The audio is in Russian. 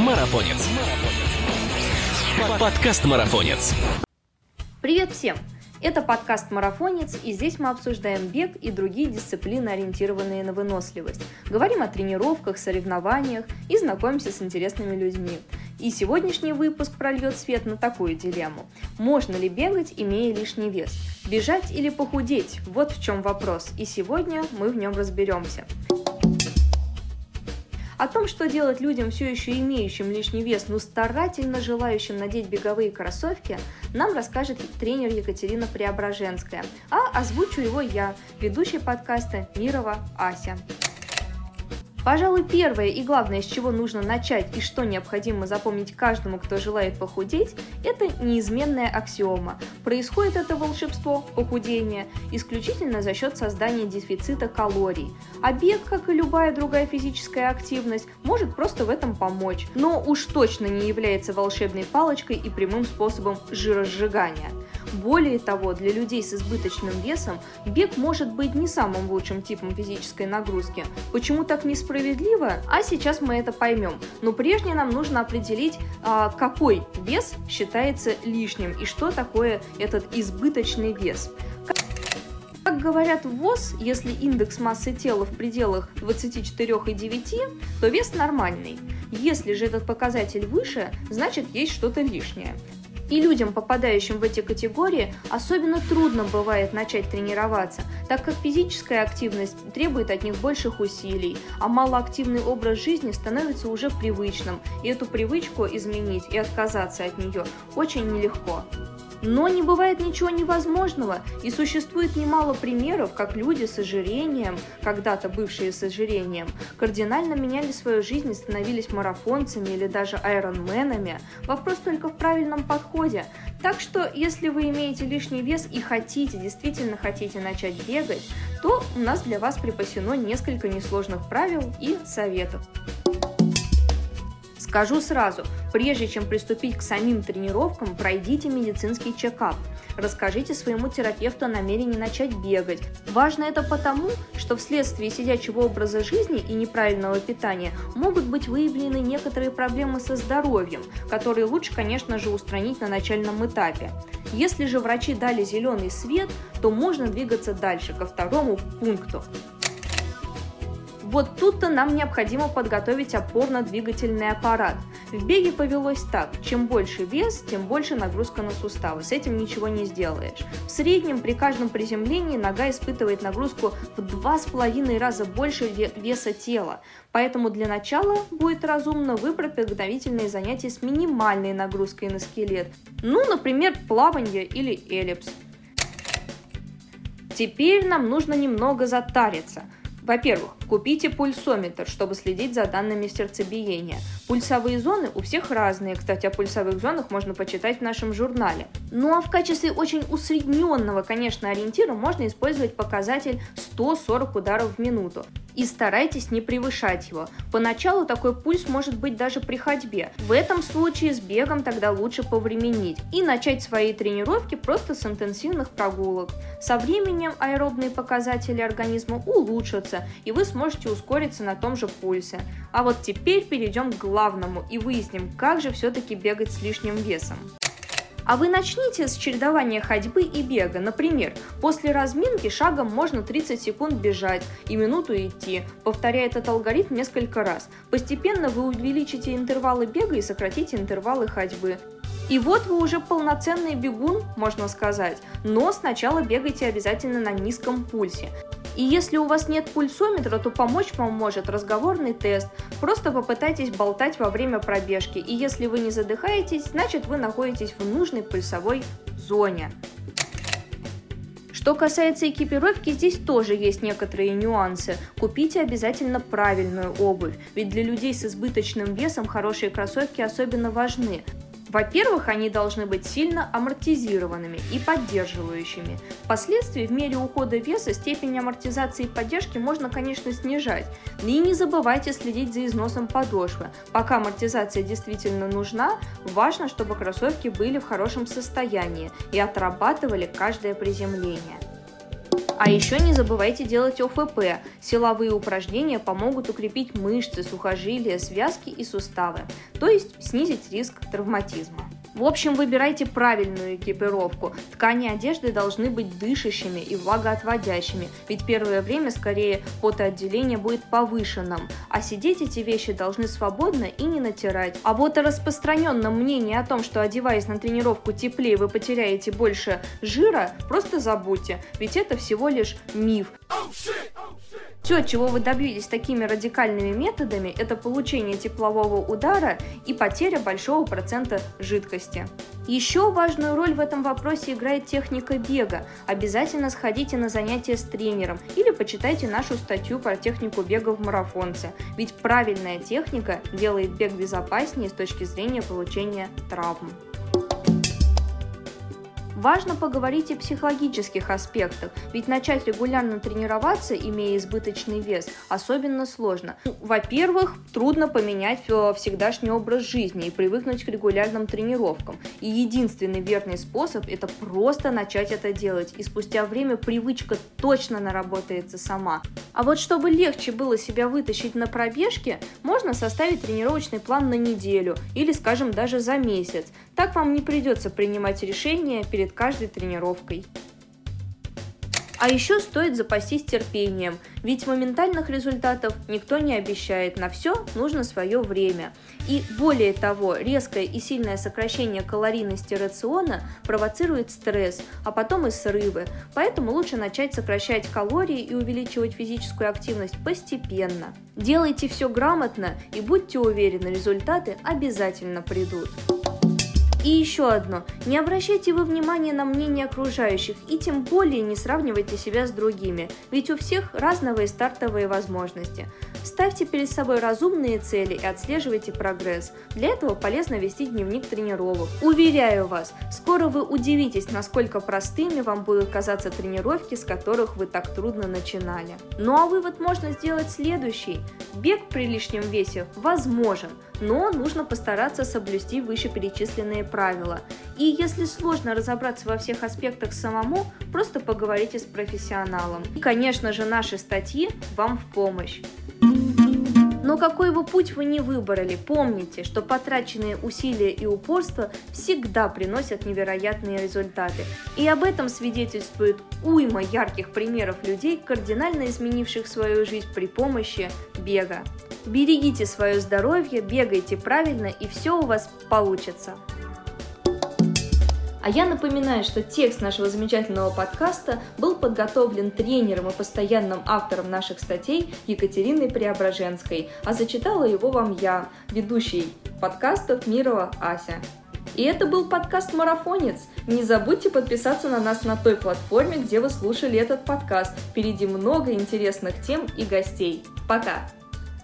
Марафонец. Подкаст «Марафонец». Привет всем! Это подкаст «Марафонец», и здесь мы обсуждаем бег и другие дисциплины, ориентированные на выносливость. Говорим о тренировках, соревнованиях и знакомимся с интересными людьми. И сегодняшний выпуск прольет свет на такую дилемму. Можно ли бегать, имея лишний вес? Бежать или похудеть? Вот в чем вопрос. И сегодня мы в нем разберемся. О том, что делать людям, все еще имеющим лишний вес, но старательно желающим надеть беговые кроссовки, нам расскажет тренер Екатерина Преображенская, а озвучу его я, ведущая подкаста Мирова Ася. Пожалуй, первое и главное, с чего нужно начать и что необходимо запомнить каждому, кто желает похудеть, это неизменная аксиома. Происходит это волшебство, похудение, исключительно за счет создания дефицита калорий. А бег, как и любая другая физическая активность, может просто в этом помочь, но уж точно не является волшебной палочкой и прямым способом жиросжигания. Более того, для людей с избыточным весом бег может быть не самым лучшим типом физической нагрузки. Почему так несправедливо? А сейчас мы это поймем. Но прежде нам нужно определить, какой вес считается лишним и что такое этот избыточный вес. Как говорят в ВОЗ, если индекс массы тела в пределах 24,9, то вес нормальный. Если же этот показатель выше, значит есть что-то лишнее. И людям, попадающим в эти категории, особенно трудно бывает начать тренироваться, так как физическая активность требует от них больших усилий, а малоактивный образ жизни становится уже привычным, и эту привычку изменить и отказаться от нее очень нелегко. Но не бывает ничего невозможного, и существует немало примеров, как люди с ожирением, когда-то бывшие с ожирением, кардинально меняли свою жизнь и становились марафонцами или даже айронменами. Вопрос только в правильном подходе. Так что, если вы имеете лишний вес и действительно хотите начать бегать, то у нас для вас припасено несколько несложных правил и советов. Скажу сразу, прежде чем приступить к самим тренировкам, пройдите медицинский чекап. Расскажите своему терапевту о намерении начать бегать. Важно это потому, что вследствие сидячего образа жизни и неправильного питания могут быть выявлены некоторые проблемы со здоровьем, которые лучше, конечно же, устранить на начальном этапе. Если же врачи дали зеленый свет, то можно двигаться дальше, ко второму пункту. Вот тут-то нам необходимо подготовить опорно-двигательный аппарат. В беге повелось так: чем больше вес, тем больше нагрузка на суставы. С этим ничего не сделаешь. В среднем при каждом приземлении нога испытывает нагрузку в 2,5 раза больше веса тела. Поэтому для начала будет разумно выбрать подготовительные занятия с минимальной нагрузкой на скелет. Например, плавание или эллипс. Теперь нам нужно немного затариться. Во-первых, купите пульсометр, чтобы следить за данными сердцебиения. Пульсовые зоны у всех разные, кстати, о пульсовых зонах можно почитать в нашем журнале. А в качестве очень усредненного, конечно, ориентира можно использовать показатель 140 ударов в минуту. И старайтесь не превышать его. Поначалу такой пульс может быть даже при ходьбе. В этом случае с бегом тогда лучше повременить и начать свои тренировки просто с интенсивных прогулок. Со временем аэробные показатели организма улучшатся, и вы сможете ускориться на том же пульсе. А вот теперь перейдем к главному и выясним, как же все-таки бегать с лишним весом. А вы начните с чередования ходьбы и бега. Например, после разминки шагом можно 30 секунд бежать и минуту идти, повторяя этот алгоритм несколько раз. Постепенно вы увеличите интервалы бега и сократите интервалы ходьбы. И вот вы уже полноценный бегун, можно сказать, но сначала бегайте обязательно на низком пульсе. И если у вас нет пульсометра, то помочь вам может разговорный тест. Просто попытайтесь болтать во время пробежки, и если вы не задыхаетесь, значит вы находитесь в нужной пульсовой зоне. Что касается экипировки, здесь тоже есть некоторые нюансы. Купите обязательно правильную обувь, ведь для людей с избыточным весом хорошие кроссовки особенно важны. Во-первых, они должны быть сильно амортизированными и поддерживающими. Впоследствии, в мере ухода веса, степень амортизации и поддержки можно, конечно, снижать. И не забывайте следить за износом подошвы. Пока амортизация действительно нужна, важно, чтобы кроссовки были в хорошем состоянии и отрабатывали каждое приземление. А еще не забывайте делать ОФП. Силовые упражнения помогут укрепить мышцы, сухожилия, связки и суставы, то есть снизить риск травматизма. В общем, выбирайте правильную экипировку. Ткани одежды должны быть дышащими и влагоотводящими, ведь первое время скорее потоотделение будет повышенным, а сидеть эти вещи должны свободно и не натирать. А вот о распространенном мнении о том, что одеваясь на тренировку теплее, вы потеряете больше жира, просто забудьте, ведь это всего лишь миф. Все, чего вы добьетесь такими радикальными методами, это получение теплового удара и потеря большого процента жидкости. Еще важную роль в этом вопросе играет техника бега. Обязательно сходите на занятия с тренером или почитайте нашу статью про технику бега в марафонце, ведь правильная техника делает бег безопаснее с точки зрения получения травм. Важно поговорить о психологических аспектах, ведь начать регулярно тренироваться, имея избыточный вес, особенно сложно. Во-первых, трудно поменять всегдашний образ жизни и привыкнуть к регулярным тренировкам. И единственный верный способ – это просто начать это делать, и спустя время привычка точно наработается сама. А вот чтобы легче было себя вытащить на пробежке, можно составить тренировочный план на неделю или, скажем, даже за месяц. Так вам не придется принимать решения перед каждой тренировкой. А еще стоит запастись терпением, ведь моментальных результатов никто не обещает, на все нужно свое время. И более того, резкое и сильное сокращение калорийности рациона провоцирует стресс, а потом и срывы, поэтому лучше начать сокращать калории и увеличивать физическую активность постепенно. Делайте все грамотно и будьте уверены, результаты обязательно придут. И еще одно. Не обращайте вы внимания на мнение окружающих и тем более не сравнивайте себя с другими, ведь у всех разные стартовые возможности. Ставьте перед собой разумные цели и отслеживайте прогресс. Для этого полезно вести дневник тренировок. Уверяю вас, скоро вы удивитесь, насколько простыми вам будут казаться тренировки, с которых вы так трудно начинали. Ну а вывод можно сделать следующий. Бег при лишнем весе возможен, но нужно постараться соблюсти вышеперечисленные правила. И если сложно разобраться во всех аспектах самому, просто поговорите с профессионалом. И, конечно же, наши статьи вам в помощь. Но какой бы путь вы ни выбрали, помните, что потраченные усилия и упорство всегда приносят невероятные результаты. И об этом свидетельствует уйма ярких примеров людей, кардинально изменивших свою жизнь при помощи бега. Берегите свое здоровье, бегайте правильно, и все у вас получится. А я напоминаю, что текст нашего замечательного подкаста был подготовлен тренером и постоянным автором наших статей Екатериной Преображенской, а зачитала его вам я, ведущий подкастов Мирова Ася. И это был подкаст «Марафонец». Не забудьте подписаться на нас на той платформе, где вы слушали этот подкаст. Впереди много интересных тем и гостей. Пока!